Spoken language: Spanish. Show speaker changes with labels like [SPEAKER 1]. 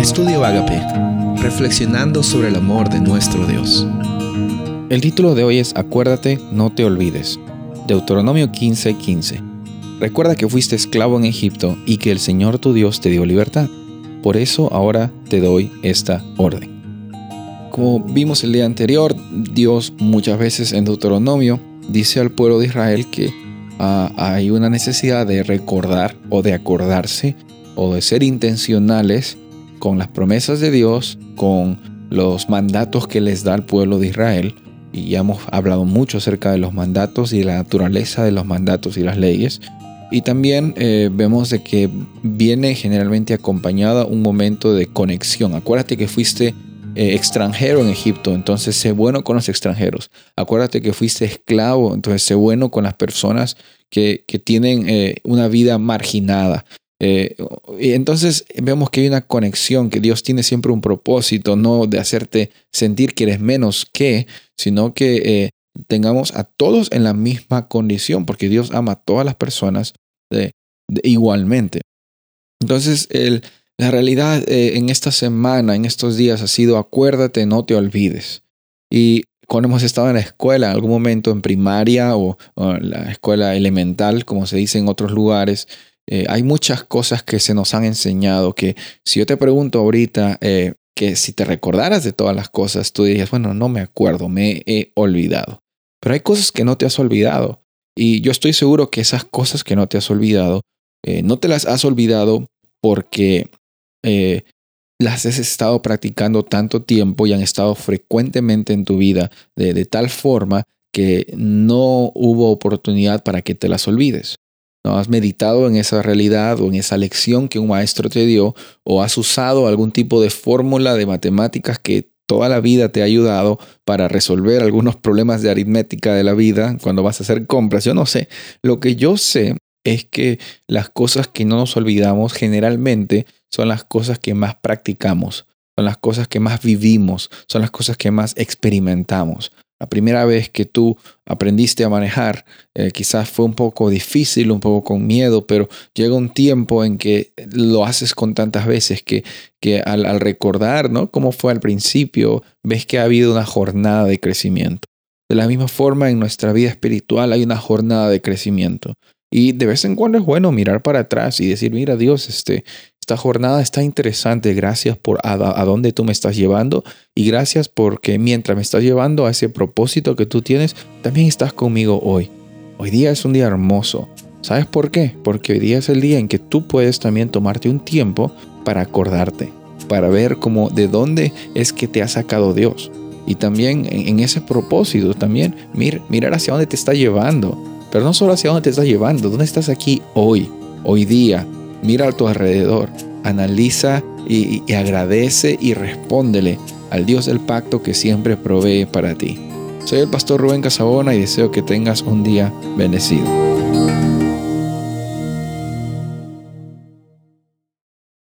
[SPEAKER 1] Estudio Ágape, reflexionando sobre el amor de nuestro Dios.
[SPEAKER 2] El título de hoy es Acuérdate, no te olvides. Deuteronomio 15:15. Recuerda que fuiste esclavo en Egipto y que el Señor tu Dios te dio libertad. Por eso ahora te doy esta orden. Como vimos el día anterior, Dios muchas veces en Deuteronomio dice al pueblo de Israel que hay una necesidad de recordar o de acordarse o de ser intencionales con las promesas de Dios, con los mandatos que les da al pueblo de Israel. Y ya hemos hablado mucho acerca de los mandatos y de la naturaleza de los mandatos y las leyes. Y también vemos de que viene generalmente acompañada un momento de conexión. Acuérdate que fuiste extranjero en Egipto, entonces sé bueno con los extranjeros. Acuérdate que fuiste esclavo, entonces sé bueno con las personas que tienen una vida marginada. Y entonces vemos que hay una conexión, que Dios tiene siempre un propósito, no de hacerte sentir que eres menos que, sino que tengamos a todos en la misma condición, porque Dios ama a todas las personas igualmente. Entonces la realidad en esta semana, en estos días ha sido acuérdate, no te olvides. Y cuando hemos estado en la escuela, en algún momento en primaria o la escuela elemental, como se dice en otros lugares, hay muchas cosas que se nos han enseñado que si yo te pregunto ahorita que si te recordaras de todas las cosas, tú dirías, bueno, no me acuerdo, me he olvidado. Pero hay cosas que no te has olvidado. Y yo estoy seguro que esas cosas que no te has olvidado, no te las has olvidado porque las has estado practicando tanto tiempo y han estado frecuentemente en tu vida de tal forma que no hubo oportunidad para que te las olvides. ¿No? Has meditado en esa realidad o en esa lección que un maestro te dio, o has usado algún tipo de fórmula de matemáticas que toda la vida te ha ayudado para resolver algunos problemas de aritmética de la vida cuando vas a hacer compras. Yo no sé. Lo que yo sé es que las cosas que no nos olvidamos generalmente son las cosas que más practicamos, son las cosas que más vivimos, son las cosas que más experimentamos. La primera vez que tú aprendiste a manejar, quizás fue un poco difícil, un poco con miedo, pero llega un tiempo en que lo haces con tantas veces que al recordar, ¿no?, cómo fue al principio, ves que ha habido una jornada de crecimiento. De la misma forma, en nuestra vida espiritual hay una jornada de crecimiento. Y de vez en cuando es bueno mirar para atrás y decir, mira Dios, esta jornada está interesante, gracias por a dónde tú me estás llevando y gracias porque mientras me estás llevando a ese propósito que tú tienes, también estás conmigo hoy. Hoy día es un día hermoso. ¿Sabes por qué? Porque hoy día es el día en que tú puedes también tomarte un tiempo para acordarte, para ver cómo de dónde es que te ha sacado Dios. Y también en ese propósito, también mirar hacia dónde te está llevando. Pero no solo hacia dónde te estás llevando, dónde estás aquí hoy día. Mira a tu alrededor, analiza y agradece y respóndele al Dios del pacto que siempre provee para ti. Soy el pastor Rubén Casabona y deseo que tengas un día bendecido.